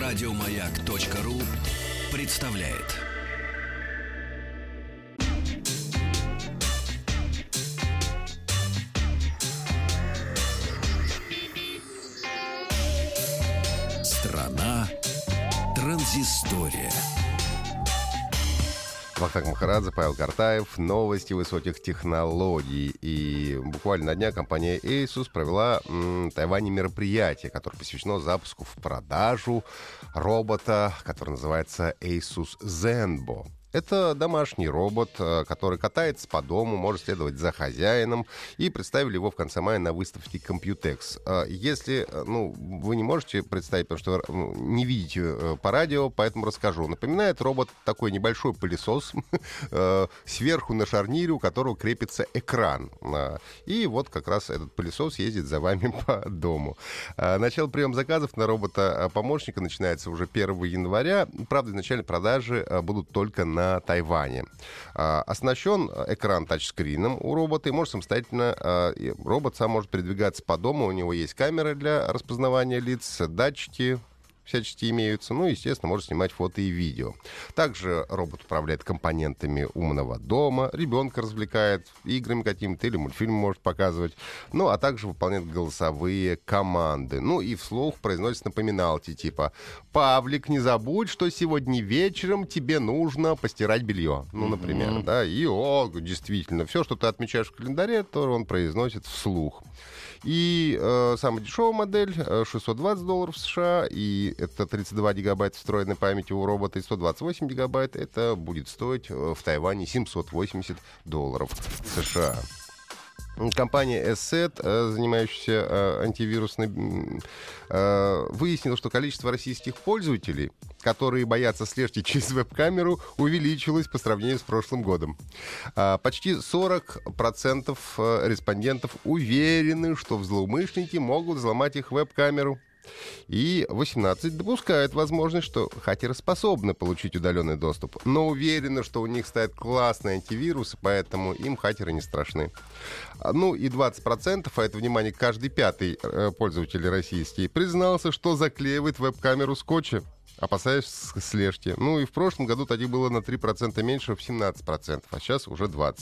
Радиомаяк.ру представляет. Страна транзистория. Вахтанг Махарадзе, Павел Картаев. Новости высоких технологий. И буквально на днях компания Asus провела в Тайване мероприятие, которое посвящено запуску в продажу робота, который называется Asus Zenbo. Это домашний робот, который катается по дому, может следовать за хозяином. И представили его в конце мая на выставке Computex. Если вы не можете представить, потому что не видите по радио, поэтому расскажу. Напоминает робот такой небольшой пылесос сверху на шарнире, у которого крепится экран. И вот как раз этот пылесос ездит за вами по дому. Начало приема заказов на робота-помощника начинается уже 1 января. Правда, изначально продажи будут только на Тайване. Оснащен экран тачскрином у робота, и может самостоятельно робот сам может передвигаться по дому. У него есть камеры для распознавания лиц, датчики всячески имеются. Ну, естественно, может снимать фото и видео. Также робот управляет компонентами умного дома, ребенка развлекает играми какими-то или мультфильм может показывать. Ну, а также выполняет голосовые команды. Ну, и вслух произносит напоминалки типа: «Павлик, не забудь, что сегодня вечером тебе нужно постирать белье». Ну, например, да. И, действительно, все, что ты отмечаешь в календаре, то он произносит вслух. И самая дешевая модель $620 США, и это 32 гигабайта встроенной памяти у робота, и 128 гигабайт, это будет стоить в Тайване $780 США. Компания Asset, занимающаяся антивирусной, выяснила, что количество российских пользователей, которые боятся слежки через веб-камеру, увеличилось по сравнению с прошлым годом. Почти 40% респондентов уверены, что злоумышленники могут взломать их веб-камеру. И 18 допускают возможность, что хакеры способны получить удаленный доступ, но уверены, что у них стоят классные антивирусы, поэтому им хакеры не страшны. Ну и 20%, а это, внимание, каждый пятый пользователь российский, признался, что заклеивает веб-камеру скотчем, опасаясь слежки. Ну и в прошлом году таких было на 3% меньше, в 17%, а сейчас уже 20%.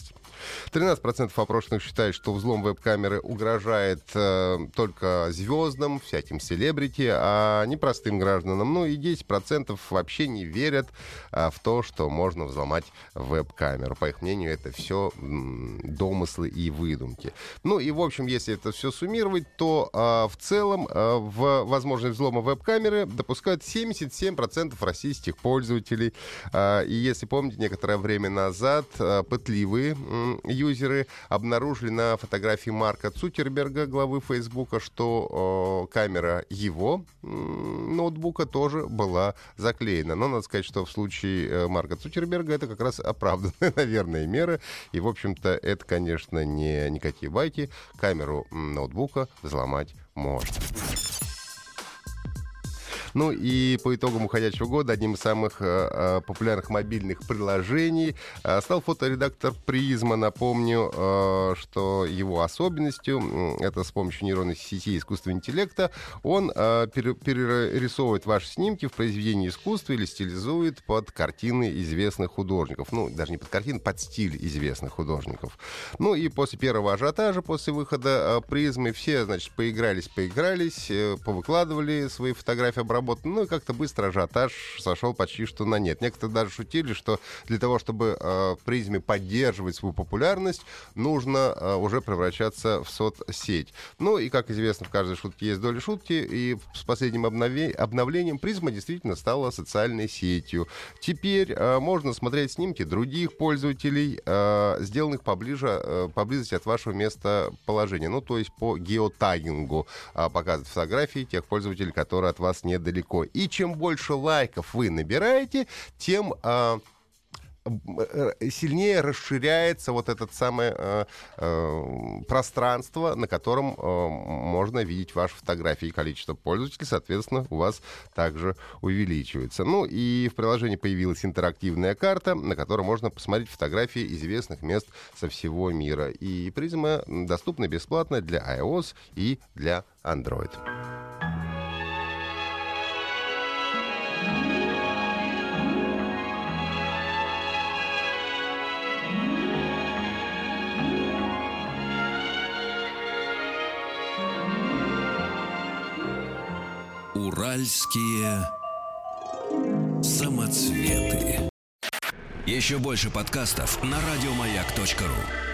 13% опрошенных считают, что взлом веб-камеры угрожает только звездам, всяким селебрити, а не простым гражданам. Ну и 10% вообще не верят в то, что можно взломать веб-камеру. По их мнению, это все домыслы и выдумки. Ну и, в общем, если это все суммировать, то в целом в возможность взлома веб-камеры допускают 77% российских пользователей. И если помните, некоторое время назад пытливые юзеры обнаружили на фотографии Марка Цукерберга, главы Фейсбука, что камера его ноутбука тоже была заклеена. Но надо сказать, что в случае Марка Цукерберга это как раз оправданная, наверное, мера. И, в общем-то, это, конечно, не никакие байки. Камеру ноутбука взломать можно. Ну и по итогам уходящего года одним из самых популярных мобильных приложений стал фоторедактор Призма. Напомню, что его особенностью, это с помощью нейронной сети искусственного интеллекта, он перерисовывает ваши снимки в произведении искусства или стилизует под картины известных художников. Ну, даже не под картины, под стиль известных художников. Ну и после первого ажиотажа, после выхода Призмы, все, значит, поигрались, повыкладывали свои фотографии, обработки. Ну и как-то быстро ажиотаж сошел почти что на нет. Некоторые даже шутили, что для того, чтобы в Призме поддерживать свою популярность, нужно уже превращаться в соцсеть. Ну и, как известно, в каждой шутке есть доля шутки, и с последним обновлением Призма действительно стала социальной сетью. Теперь можно смотреть снимки других пользователей, сделанных поблизости от вашего местоположения. Ну, то есть по геотагингу показывать фотографии тех пользователей, которые от вас недалеко. И чем больше лайков вы набираете, тем сильнее расширяется вот это самое пространство, на котором можно видеть ваши фотографии. И количество пользователей, соответственно, у вас также увеличивается. Ну и в приложении появилась интерактивная карта, на которой можно посмотреть фотографии известных мест со всего мира. И Призма доступна бесплатно для iOS и для Android. Уральские самоцветы. Еще больше подкастов на радиомаяк.ру.